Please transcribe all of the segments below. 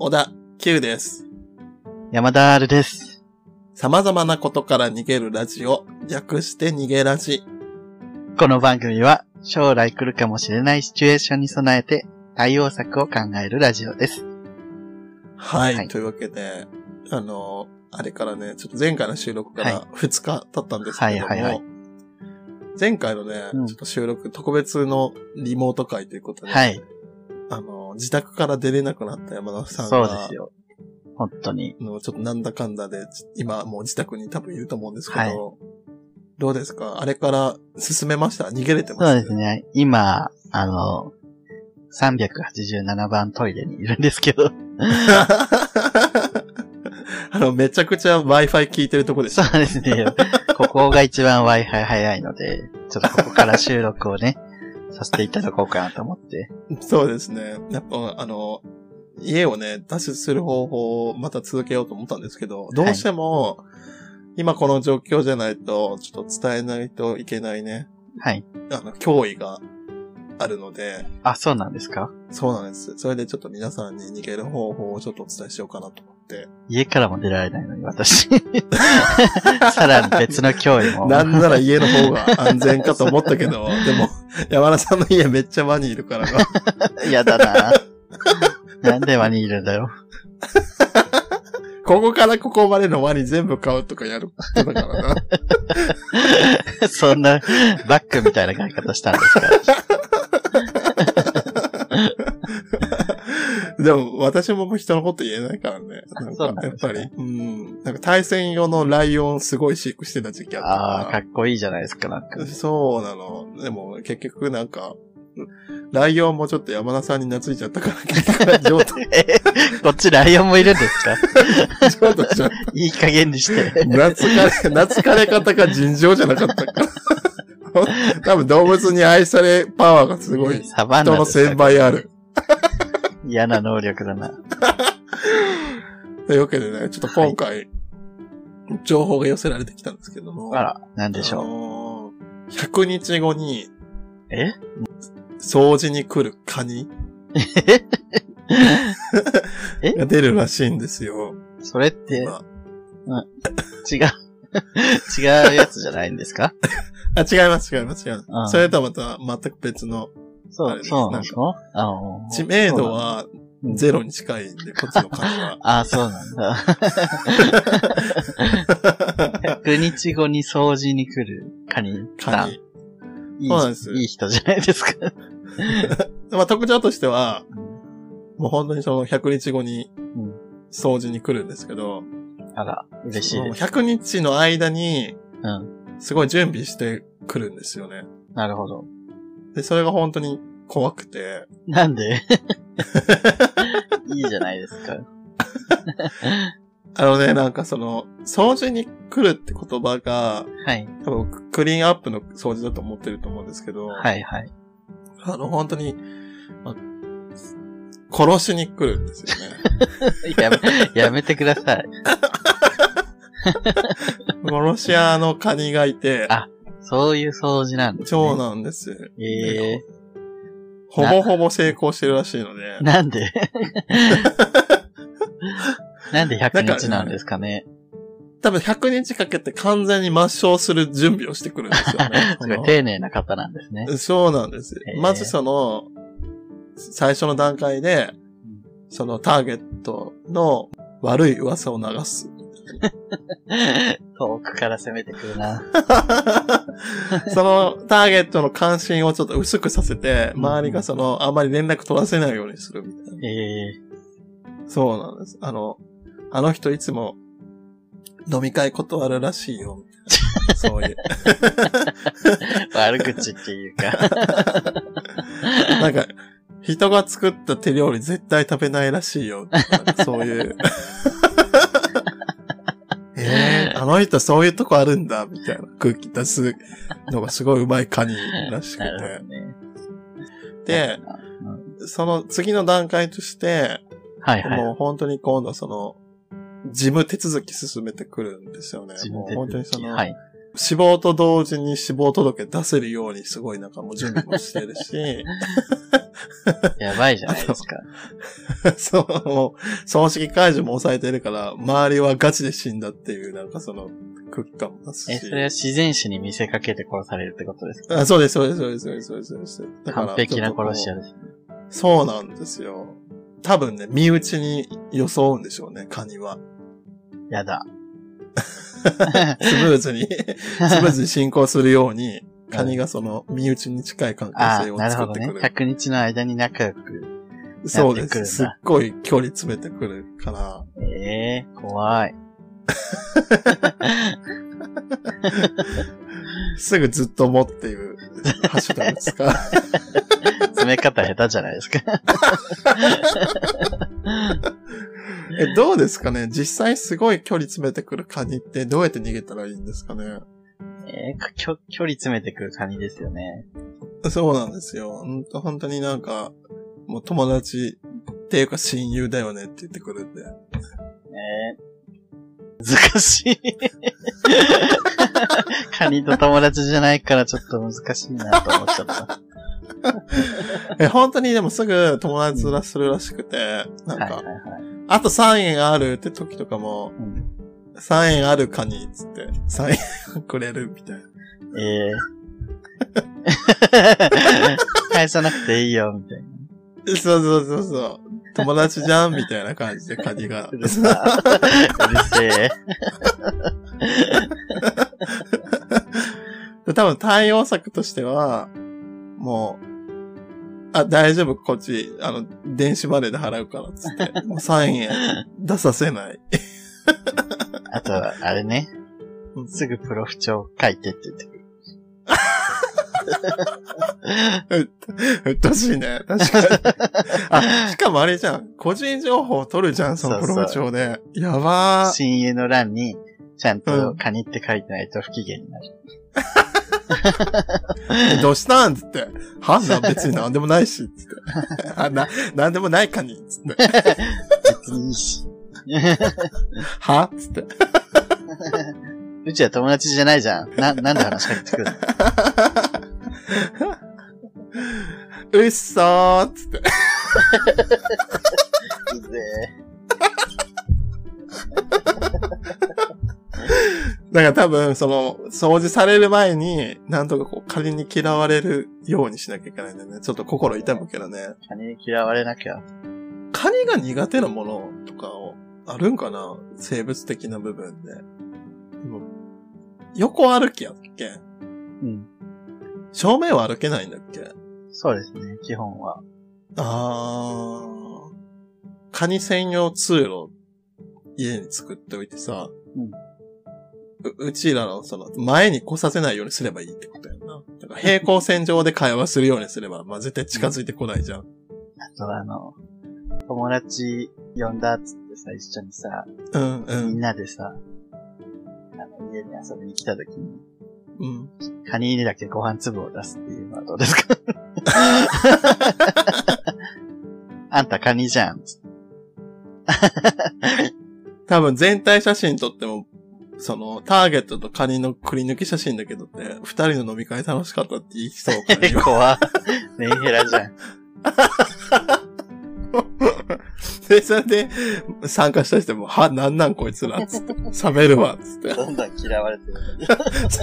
小田急です。 山田 R です。 様々なことから逃げるラジオ、略して逃げラジ。 この番組は将来来るかもしれないシチュエーションに備えて対応策を考えるラジオです。 はい。というわけで、あれからね、ちょっと前回の収録から2日経ったんですけれども、前回のね、ちょっと収録特別のリモート会ということで、自宅から出れなくなった山田さんが、 そうですよ。本当に。 ちょっとなんだかんだで、今もう自宅に多分いると思うんですけど、どうですか？あれから進めました？逃げれてます？ そうですね。今、387番トイレにいるんですけど。 めちゃくちゃ Wi-Fi 聞いてるとこです。 そうですね。ここが一番 Wi-Fi 早いので、ちょっとここから収録をね、させていただこうかなと思って。 そうですね。やっぱ家をね、脱出する方法をまた続けようと思ったんですけど、どうしても、今この状況じゃないと、ちょっと伝えないといけないね。 はい。 脅威があるので。 あ、そうなんですか？ そうなんです。それでちょっと皆さんに逃げる方法をちょっとお伝えしようかなと思って。 家からも出られないのに、私。さらに別の脅威も。 なんなら家の方が安全かと思ったけど、でも、山田さんの家めっちゃワニいるからな。 やだな。なんでワニいるんだよ。 ここからここまでのワニ全部買うとかやるだからな。 そんなバッグみたいな買い方したんですか？ でも私も人のこと言えないからね。なんかやっぱり、なんか対戦用のライオンすごい飼育してた時期あったから。 ああ、かっこいいじゃないですか、なんか。 そうなの。でも結局なんか、ライオンもちょっと山田さんに懐いちゃったから、結局こっちライオンもいるんですか？いい加減にして。 懐かれ方が尋常じゃなかったから。多分動物に愛されパワーがすごい。人の1000倍ある。 嫌な能力だな。 というわけでね、ちょっと今回、情報が寄せられてきたんですけども。 あら、なんでしょう。100日後に、掃除に来るカニが出るらしいんですよ。 それって、違うやつじゃないんですか？ 違います。それとはまた全く別の。 そうなんですか？ 知名度はゼロに近いんで、こっちのカニは。 あ、そうなんだ。100日後に掃除に来るカニ。 そうなんです。 いい人じゃないですか。 まあ特徴としては、もう本当にその100日後に掃除に来るんですけど、 あら、嬉しいです。 100日の間に、すごい準備してくるんですよね。 なるほど。 で、それが本当に怖くて。 なんで？いいじゃないですか。 なんか掃除に来るって言葉が、多分クリーンアップの掃除だと思ってると思うんですけど、本当に、殺しに来るんですよね。やめてください。 殺し屋のカニがいて、 そういう掃除なんですね。 そうなんです。ほぼほぼ成功してるらしいので。 なんでなんで100日なんですかね。 多分100日かけて完全に抹消する準備をしてくるんですよね。 すごい丁寧な方なんですね。 そうなんです。まず最初の段階で、そのターゲットの悪い噂を流す。 遠くから攻めてくるな。 そのターゲットの関心をちょっと薄くさせて、周りがあんまり連絡取らせないようにするみたいな。そうなんです。あの人いつも飲み会断るらしいよ、みたいな。そういう。 悪口っていうか。 なんか、人が作った手料理絶対食べないらしいよ、そういう。あの人そういうとこあるんだ、みたいな空気出すのがすごい上手いカニらしくて。で、その次の段階として、もう本当に今度事務手続き進めてくるんですよね。もう本当に亡と同時に死亡届出せるようにすごいなんかもう準備もしてるし。 やばいじゃないですか。 そう、もう、葬式解除も抑えてるから、周りはガチで死んだっていう、なんかその、空気感も出すし。 それは自然死に見せかけて殺されるってことですか？ あ、そうです、そうです、そうです、そうです、そうです。 完璧な殺し屋ですね。 そうなんですよ。多分ね、身内に装うんでしょうね、カニは。 やだ。 スムーズに進行するように、カニがその身内に近い関係性を作ってくる。 なるほどね。100日の間に仲良くそうです。すっごい距離詰めてくるから。 怖い。 すぐずっともっていうハッシュタグですか。 詰め方下手じゃないですか。 どうですかね？実際すごい距離詰めてくるカニってどうやって逃げたらいいんですかね？ 距離詰めてくるカニですよね。 そうなんですよ。本当になんか、もう友達っていうか親友だよねって言ってくるんで。 難しい。カニと友達じゃないからちょっと難しいなと思っちゃった。 本当にでもすぐ友達らするらしくて、なんか、あと3円あるって時とかも、3円あるカニっつって3円くれるみたいな。 返さなくていいよみたいな。 そう。友達じゃんみたいな感じでカニが。 うるせえ。 多分対応策としては、もう、大丈夫、こっち、電子マネーで払うから、つって。もう3円出させない。 あと、あれね。すぐプロフ帳書いてって言ってくる。 うっとしいね。確かに。しかもあれじゃん。個人情報を取るじゃん、そのプロフ帳で。やばー。 親友の欄に、ちゃんとカニって書いてないと不機嫌になる。 どうしたんつって。別になんでもないし。つって。なんでもないカニ。つって。 別にいいし。 つって。 うちは友達じゃないじゃん。なんで話しかけてくるのうっそーつって。 うぜだから多分、掃除される前に、なんとかこう、仮に嫌われるようにしなきゃいけないんだよね。ちょっと心痛むけどね。 カニに嫌われなきゃ。 カニが苦手なものとかあるんかな？生物的な部分で。横歩きやっけ？正面は歩けないんだっけ？ そうですね、基本は。 カニ専用通路、家に作っておいてさ、うちらの前に来させないようにすればいいってことやな。だから平行線上で会話するようにすれば、絶対近づいてこないじゃん。あと友達呼んだっつってさ、一緒にさ、みんなでさ、家に遊びに来た時に、カニにだけご飯粒を出すっていうのはどうですか？あんたカニじゃん。 多分全体写真撮っても、ターゲットとカニのくり抜き写真だけどって、二人の飲み会楽しかったって言いそうかね。 怖メンヘラじゃん。 で、それで、参加した人も、なんなんこいつら、つって。冷めるわ、つって。 どんどん嫌われてるのに。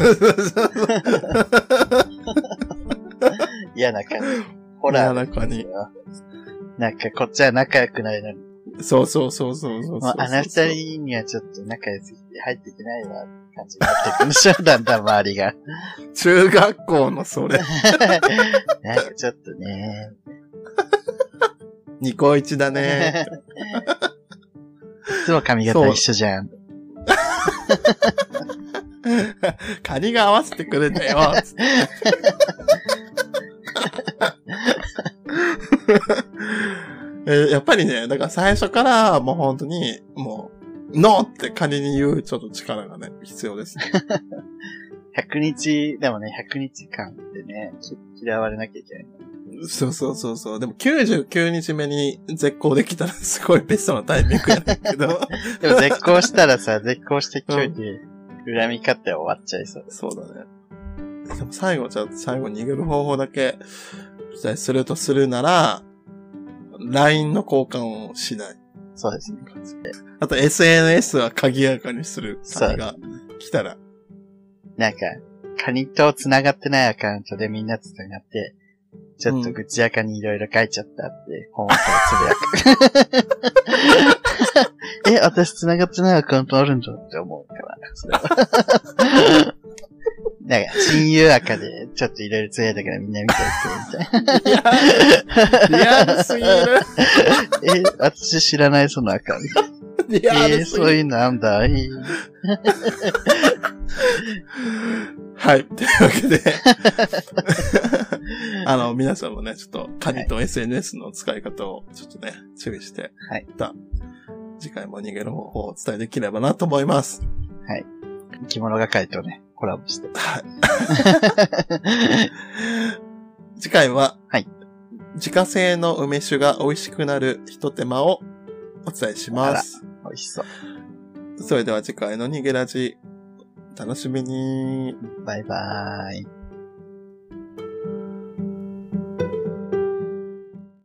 嫌な感じ。ほら。 嫌な感じ。 なんか、こっちは仲良くないのに。 そう。 あの二人にはちょっと仲良すぎて入っていけないわ、って感じになってくるでしょ、だんだん周りが。 中学校のそれ。 なんかちょっとね。 ニコイチだね。 いつも髪型一緒じゃん。 カニが合わせてくれんだよ。つってやっぱりね、だから最初からもう本当に、もう、ノーってカニに言うちょっと力がね、必要ですね。 100日、でもね、100日間でね、嫌われなきゃいけない。 そう。でも99日目に絶交できたらすごいベストなタイミングやねんけど。 でも絶交したらさ、絶交してきといて、 恨み勝って終わっちゃいそう。 そうだね。でも最後逃げる方法だけお伝えするとするなら、LINE の交換をしない。 そうですね。 あと SNS は鍵垢かにする回が来たら。 なんか、カニと繋がってないアカウントでみんな繋がって、ちょっと愚痴やかにいろいろ書いちゃったって、本をつぶやく。私繋がってないアカウントあるんだって思うから、それは。なんか、親友赤で、ちょっといろいろつぶやいたからみんな見ておいて、みたいな。 リアルすぎる。 私知らないそのアカウント。 リアルすぎる。 そういうのなんだ。 はい。というわけで、皆さんもね、ちょっと、カニと SNS の使い方をちょっとね、注意して、 はい。 次回も逃げる方法をお伝えできればなと思います。 はい。生き物係とね、コラボして。はい。 次回は、 はい。 自家製の梅酒が美味しくなる一手間をお伝えします。 美味しそう。 それでは次回の逃げラジ、楽しみに。 バイバーイ。